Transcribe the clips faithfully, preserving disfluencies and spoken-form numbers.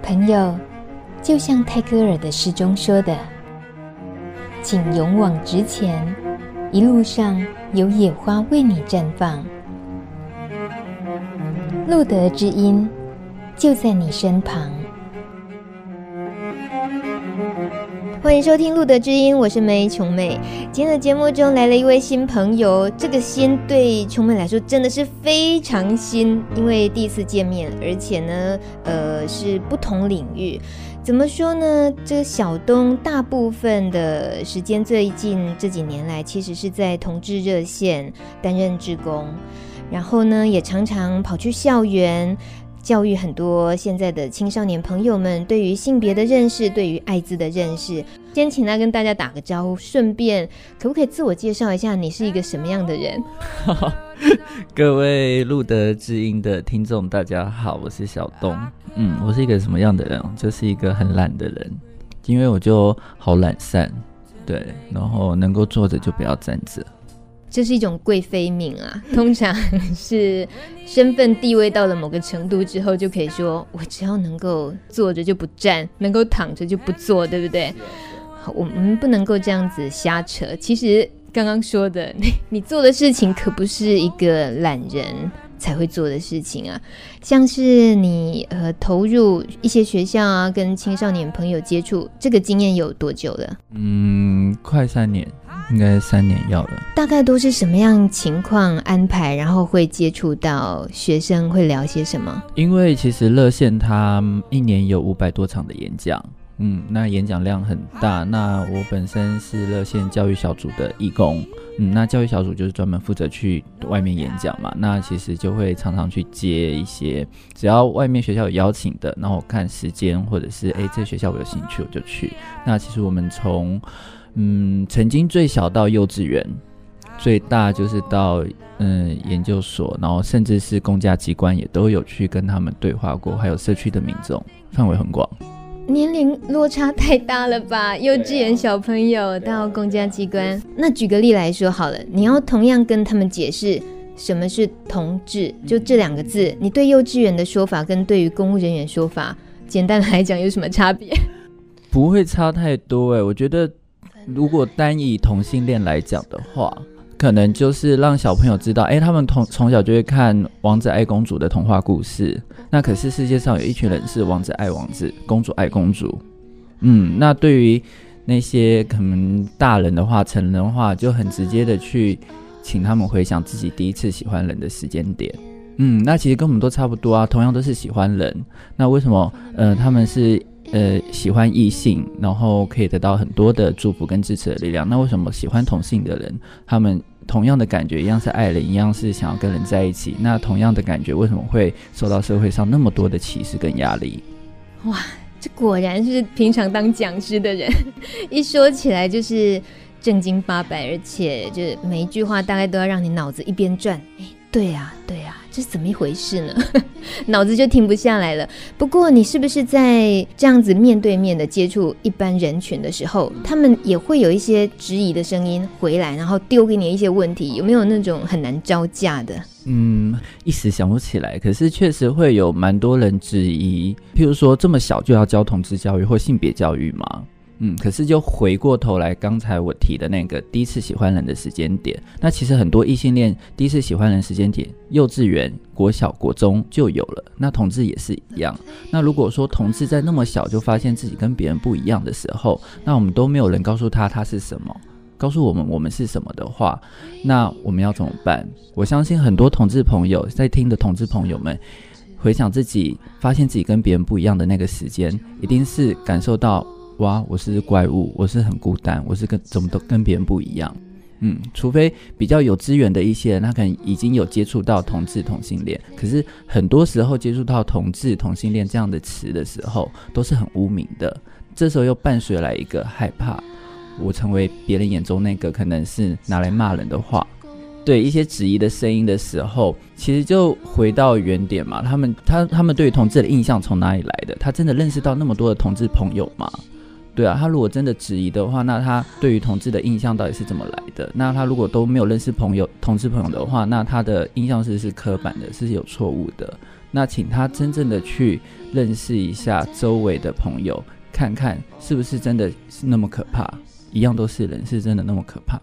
朋友，就像泰戈尔的诗中说的，请勇往直前，一路上有野花为你绽放。路德之音就在你身旁。欢迎收听路德之音，我是梅琼美。今天的节目中来了一位新朋友，这个新对琼美来说真的是非常新，因为第一次见面，而且呢，呃，是不同领域。怎么说呢？这个小东大部分的时间，最近这几年来，其实是在同志热线担任志工，然后呢，也常常跑去校园。教育很多现在的青少年朋友们对于性别的认识，对于艾滋的认识。先请他跟大家打个招呼，顺便可不可以自我介绍一下你是一个什么样的人？ 各位路德之音的听众大家好，我是小东。嗯，我是一个什么样的人？就是一个很懒的人，因为我就好懒散，对，然后能够坐着就不要站着。 这是一种贵妃命啊，通常是身份地位到了某个程度之后，就可以说我只要能够坐着就不站，能够躺着就不坐，对不对？好，我们不能够这样子瞎扯。其实刚刚说的，你你做的事情可不是一个懒人才会做的事情啊，像是你呃投入一些学校啊，跟青少年朋友接触，这个经验有多久了？ 嗯，快三年。应该三年要了。 大概都是什么样情况安排，然后会接触到学生，会聊些什么？ 因为其实热线它一年有五百多场的演讲，嗯，那演讲量很大。那我本身是热线教育小组的义工，嗯，那教育小组就是专门负责去外面演讲嘛。那其实就会常常去接一些，只要外面学校有邀请的，然后我看时间，或者是哎这个学校我有兴趣我就去。那其实我们从嗯，曾经最小到幼稚园，最大就是到嗯研究所，然后甚至是公家机关也都有去跟他们对话过，还有社区的民众，范围很广。 年龄落差太大了吧？幼稚园小朋友到公家机关，那举个例来说好了，你要同样跟他们解释什么是同志，就这两个字，你对幼稚园的说法跟对于公务人员说法，简单的来讲有什么差别？ 不会差太多耶，我觉得。如果单以同性恋来讲的话，可能就是让小朋友知道，哎，他们从从小就会看王子爱公主的童话故事。那可是世界上有一群人是王子爱王子，公主爱公主。嗯，那对于那些可能大人的话，成人的话，就很直接的去请他们回想自己第一次喜欢人的时间点。嗯，那其实跟我们都差不多啊，同样都是喜欢人。那为什么呃他们是？呃，喜欢异性，然后可以得到很多的祝福跟支持的力量。那为什么喜欢同性的人，他们同样的感觉，一样是爱人，一样是想要跟人在一起，那同样的感觉为什么会受到社会上那么多的歧视跟压力？哇， 这果然是平常当讲师的人，一说起来就是正经八百，而且就是每一句话大概都要让你脑子一边转。哎，对啊，对啊。这是怎么一回事呢？脑子就停不下来了。不过你是不是在这样子面对面的接触一般人群的时候，他们也会有一些质疑的声音回来，然后丢给你一些问题，有没有那种很难招架的？ 嗯，一时想不起来，可是确实会有蛮多人质疑，譬如说这么小就要教同志教育或性别教育吗？嗯，可是就回过头来，刚才我提的那个第一次喜欢人的时间点，那其实很多异性恋第一次喜欢人时间点，幼稚园、国小、国中就有了。那同志也是一样。那如果说同志在那么小就发现自己跟别人不一样的时候，那我们都没有人告诉他他是什么，告诉我们我们是什么的话，那我们要怎么办？我相信很多同志朋友在听的同志朋友们，回想自己发现自己跟别人不一样的那个时间，一定是感受到。哇，我是怪物，我是很孤单，我是跟怎么都跟别人不一样。嗯，除非比较有资源的一些人，他可能已经有接触到同志同性恋，可是很多时候接触到同志同性恋这样的词的时候，都是很污名的。这时候又伴随来一个害怕，我成为别人眼中那个可能是拿来骂人的话。对一些质疑的声音的时候，其实就回到原点嘛，他们他他们对于同志的印象从哪里来的？他真的认识到那么多的同志朋友吗？对啊，他如果真的质疑的话，那他对于同志的印象到底是怎么来的？那他如果都没有认识朋友同志朋友的话，那他的印象是是刻板的，是有错误的。 那请他真正的去认识一下周围的朋友，看看是不是真的是那么可怕，一样都是人，是真的那么可怕。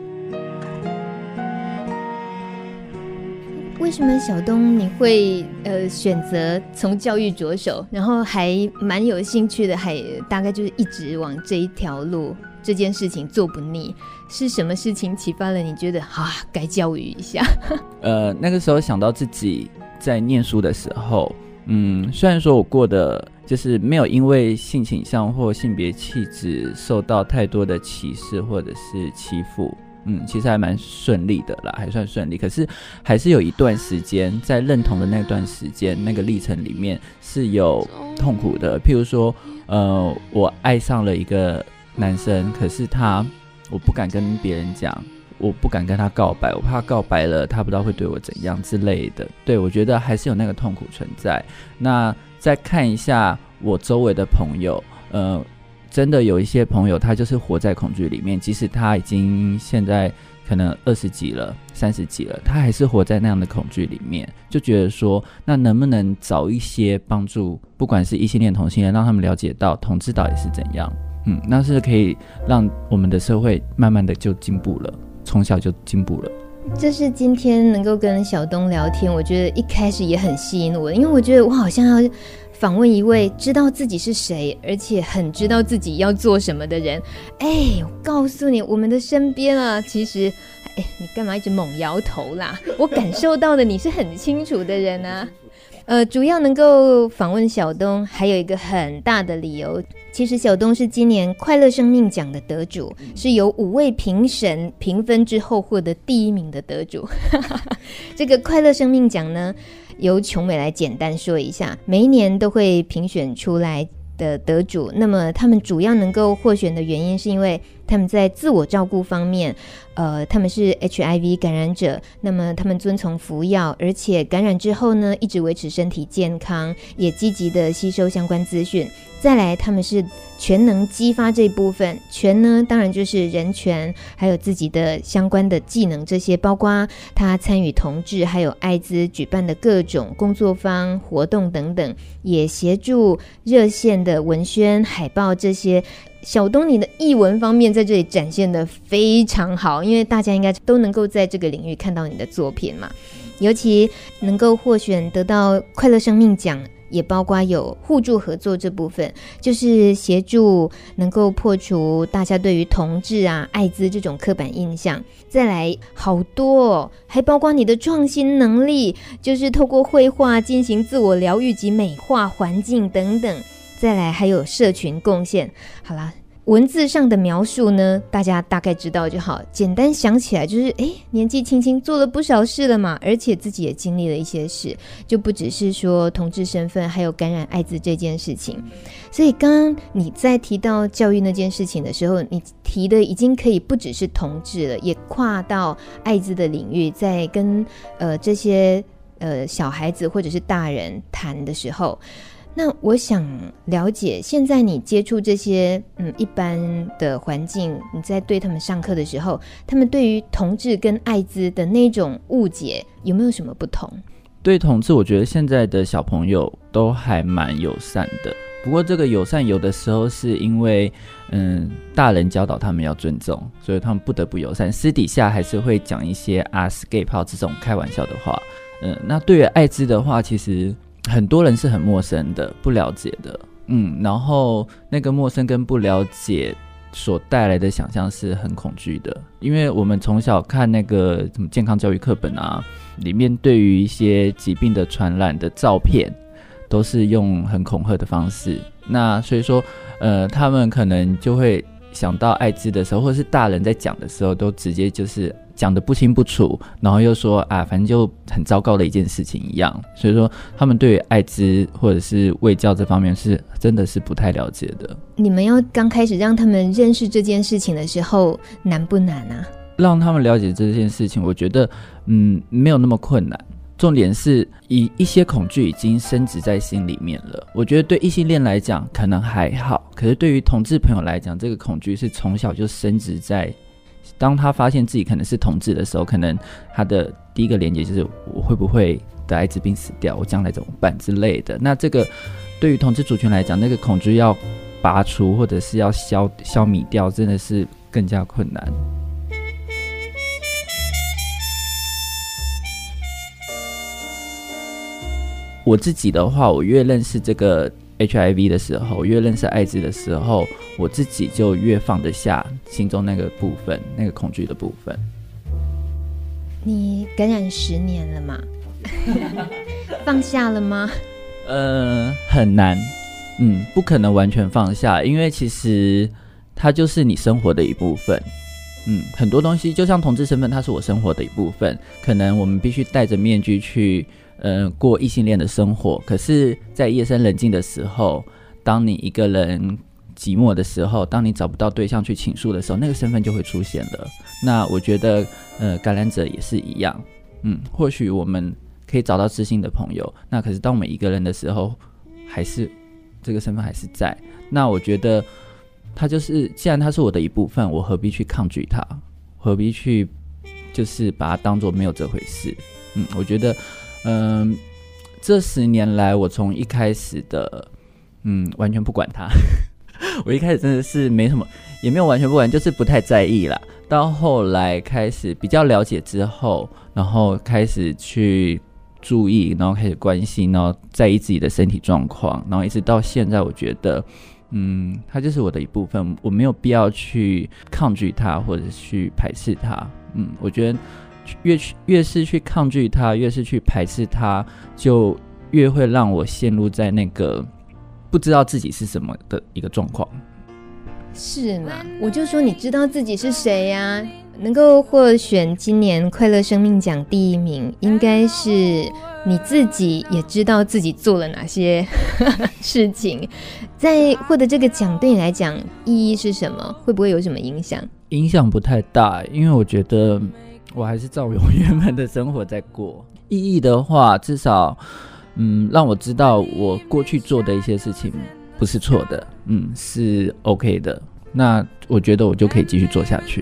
为什么小东你会呃选择从教育着手，然后还蛮有兴趣的，还大概就是一直往这一条路，这件事情做不腻？是什么事情启发了你觉得啊该教育一下？ 呃，那个时候想到自己在念书的时候，嗯，虽然说我过得就是没有因为性倾向或性别气质受到太多的歧视或者是欺负，嗯，其实还蛮顺利的啦，还算顺利。可是还是有一段时间，在认同的那段时间那个历程里面是有痛苦的。譬如说，呃，我爱上了一个男生，可是他我不敢跟别人讲，我不敢跟他告白，我怕告白了他不知道会对我怎样之类的。对，我觉得还是有那个痛苦存在。那再看一下我周围的朋友，呃。真的有一些朋友他就是活在恐惧里面，即使他已经现在可能二十几了三十几了，他还是活在那样的恐惧里面，就觉得说那能不能找一些帮助，不管是异性恋同性恋，让他们了解到同志到底是怎样，嗯，那是可以让我们的社会慢慢的就进步了，从小就进步了。 这是今天能够跟小东聊天，我觉得一开始也很吸引我，因为我觉得我好像要访问一位知道自己是谁，而且很知道自己要做什么的人。哎，我告诉你，我们的身边啊，其实，哎，你干嘛一直猛摇头啦？我感受到的你是很清楚的人啊。呃，主要能够访问小东，还有一个很大的理由，其实小东是今年快乐生命奖的得主，是由五位评审评分之后获得第一名的得主。这个快乐生命奖呢，由琼美来简单说一下，每一年都会评选出来的得主，那么他们主要能够获选的原因是因为他们在自我照顾方面，呃，他们是 H I V 感染者，那么他们遵从服药，而且感染之后呢，一直维持身体健康，也积极的吸收相关资讯。再来，他们是全能激发这部分，全呢当然就是人权，还有自己的相关的技能，这些包括他参与同志还有艾滋举办的各种工作坊活动等等，也协助热线的文宣海报这些。小东你的艺文方面在这里展现的非常好，因为大家应该都能够在这个领域看到你的作品嘛，尤其能够获选得到快乐生命奖，也包括有互助合作这部分，就是协助能够破除大家对于同志啊、艾滋这种刻板印象。再来好多哦，还包括你的创新能力，就是透过绘画进行自我疗愈及美化环境等等。再来还有社群贡献。好啦，文字上的描述呢，大家大概知道就好，简单想起来就是诶年纪轻轻做了不少事了嘛，而且自己也经历了一些事，就不只是说同志身份还有感染艾滋这件事情。所以刚刚你在提到教育那件事情的时候，你提的已经可以不只是同志了，也跨到艾滋的领域，在跟呃这些呃小孩子或者是大人谈的时候，那我想了解，现在你接触这些嗯一般的环境，你在对他们上课的时候，他们对于同志跟艾滋的那种误解有没有什么不同？ 对同志，我觉得现在的小朋友都还蛮友善的，不过这个友善有的时候是因为嗯大人教导他们要尊重，所以他们不得不友善，私底下还是会讲一些啊 gay 炮这种开玩笑的话。嗯，那对于艾滋的话，其实很多人是很陌生的，不了解的，嗯，然后那个陌生跟不了解所带来的想象是很恐惧的，因为我们从小看那个什么健康教育课本啊，里面对于一些疾病的传染的照片都是用很恐吓的方式，那所以说呃，他们可能就会想到艾滋的时候，或者是大人在讲的时候都直接就是讲得不清不楚，然后又说啊，反正就很糟糕的一件事情一样，所以说他们对于艾滋或者是卫教这方面是真的是不太了解的。你们要刚开始让他们认识这件事情的时候难不难啊？让他们了解这件事情，我觉得嗯没有那么困难，重点是以一些恐惧已经深植在心里面了。我觉得对异性恋来讲可能还好，可是对于同志朋友来讲，这个恐惧是从小就深植在，当他发现自己可能是同志的时候，可能他的第一个连结就是我会不会得艾滋病死掉，我将来怎么办之类的。那这个对于同志族群来讲，那个恐惧要拔除或者是要消消弭掉，真的是更加困难。我自己的话，我越认识这个 H I V 的时候，越认识艾滋的时候，我自己就越放得下心中那个部分，那个恐惧的部分。 你感染十年了嘛？放下了吗？ 呃，很难，嗯，不可能完全放下，因为其实它就是你生活的一部分。嗯，很多东西就像同志身份，它是我生活的一部分。可能我们必须戴着面具去，呃，过异性恋的生活。可是，在夜深人静的时候，当你一个人寂寞的时候，当你找不到对象去倾诉的时候，那个身份就会出现了。那我觉得，呃，感染者也是一样。嗯，或许我们可以找到知心的朋友，那可是当我们一个人的时候，还是这个身份还是在。那我觉得。它就是，既然它是我的一部分，我何必去抗拒它？何必去就是把它当作没有这回事？嗯，我觉得，嗯、呃，这十年来，我从一开始的，嗯，完全不管它，我一开始真的是没什么，也没有完全不管，就是不太在意啦。到后来开始比较了解之后，然后开始去注意，然后开始关心，然后在意自己的身体状况，然后一直到现在，我觉得。嗯，它就是我的一部分，我没有必要去抗拒它或者去排斥它。嗯，我觉得越越是去抗拒它，越是去排斥它，就越会让我陷入在那个不知道自己是什么的一个状况。 是嘛？我就说你知道自己是谁呀、啊？能够获选今年快乐生命奖第一名，应该是你自己也知道自己做了哪些事情。在获得这个奖对你来讲意义是什么？会不会有什么影响？ 影响不太大，因为我觉得我还是照我原本的生活在过。意义的话，至少嗯，让我知道我过去做的一些事情不是错的，嗯，是 OK 的。那我觉得我就可以继续做下去。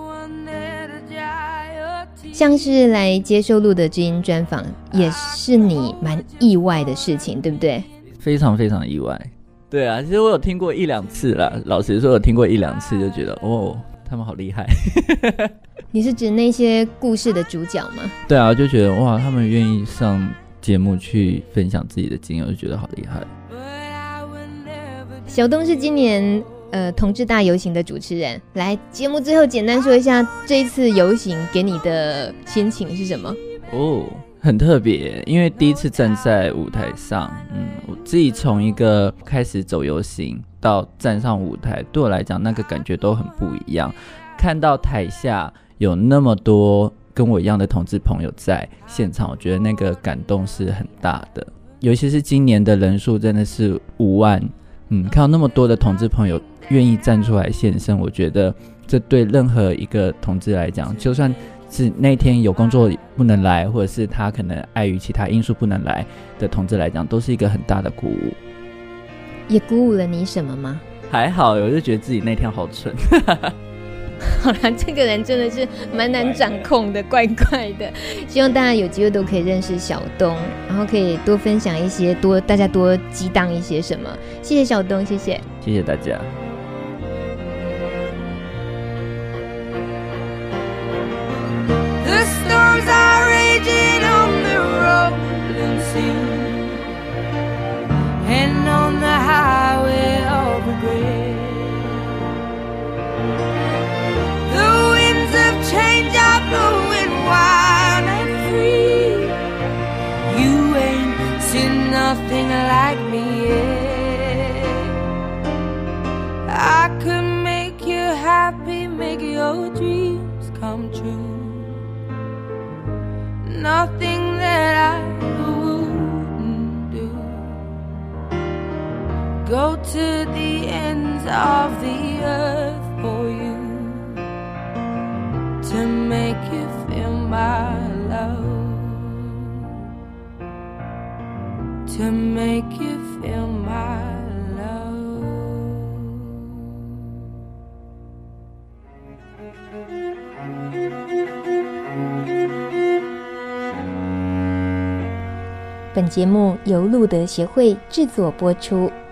像是来接受路德之音专访，也是你蛮意外的事情，对不对？ 非常非常意外。对啊，其实我有听过一两次啦，老实说有听过一两次，就觉得哦，他们好厉害。 你是指那些故事的主角吗？ 对啊，就觉得哇，他们愿意上节目去分享自己的经验，我就觉得好厉害。 小东是今年呃同志大游行的主持人，来节目最后简单说一下这一次游行给你的心情是什么？ 哦，很特别，因为第一次站在舞台上，嗯，我自己从一个开始走游行到站上舞台，对我来讲那个感觉都很不一样。看到台下有那么多跟我一样的同志朋友在现场，我觉得那个感动是很大的。尤其是今年的人数真的是五万，嗯，看到那么多的同志朋友愿意站出来现身，我觉得这对任何一个同志来讲，就算是那天有工作不能来，或者是他可能碍于其他因素不能来的同志来讲，都是一个很大的鼓舞。 也鼓舞了你什么吗？ 还好，我就觉得自己那天好蠢。 好啦，这个人真的是蛮难掌控的，怪怪的。希望大家有机会都可以认识小东，然后可以多分享一些，多大家多激荡一些什么。谢谢小东，谢谢， 谢谢大家。 The storms are raging on the rolling sea and on the highway of regret. The winds of change are blowing wild and free. You ain't seen nothing like me yet. I could make you happy, make your dreams come true. Nothing that I wouldn't do. Go to the ends of the earth for you, to make you feel my love, to make you feel my love. 本节目由路德协会制作播出。